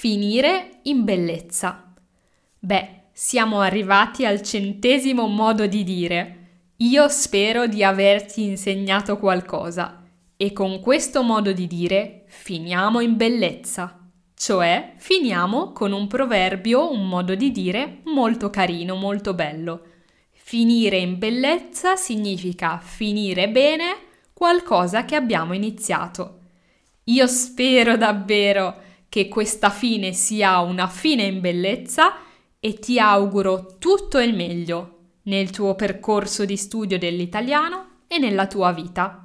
finire in bellezza. Beh, siamo arrivati al 100° modo di dire. Io spero di averti insegnato qualcosa e con questo modo di dire finiamo in bellezza, cioè finiamo con un proverbio, un modo di dire molto carino, molto bello. Finire in bellezza significa finire bene qualcosa che abbiamo iniziato. Io spero davvero che questa fine sia una fine in bellezza e ti auguro tutto il meglio nel tuo percorso di studio dell'italiano e nella tua vita.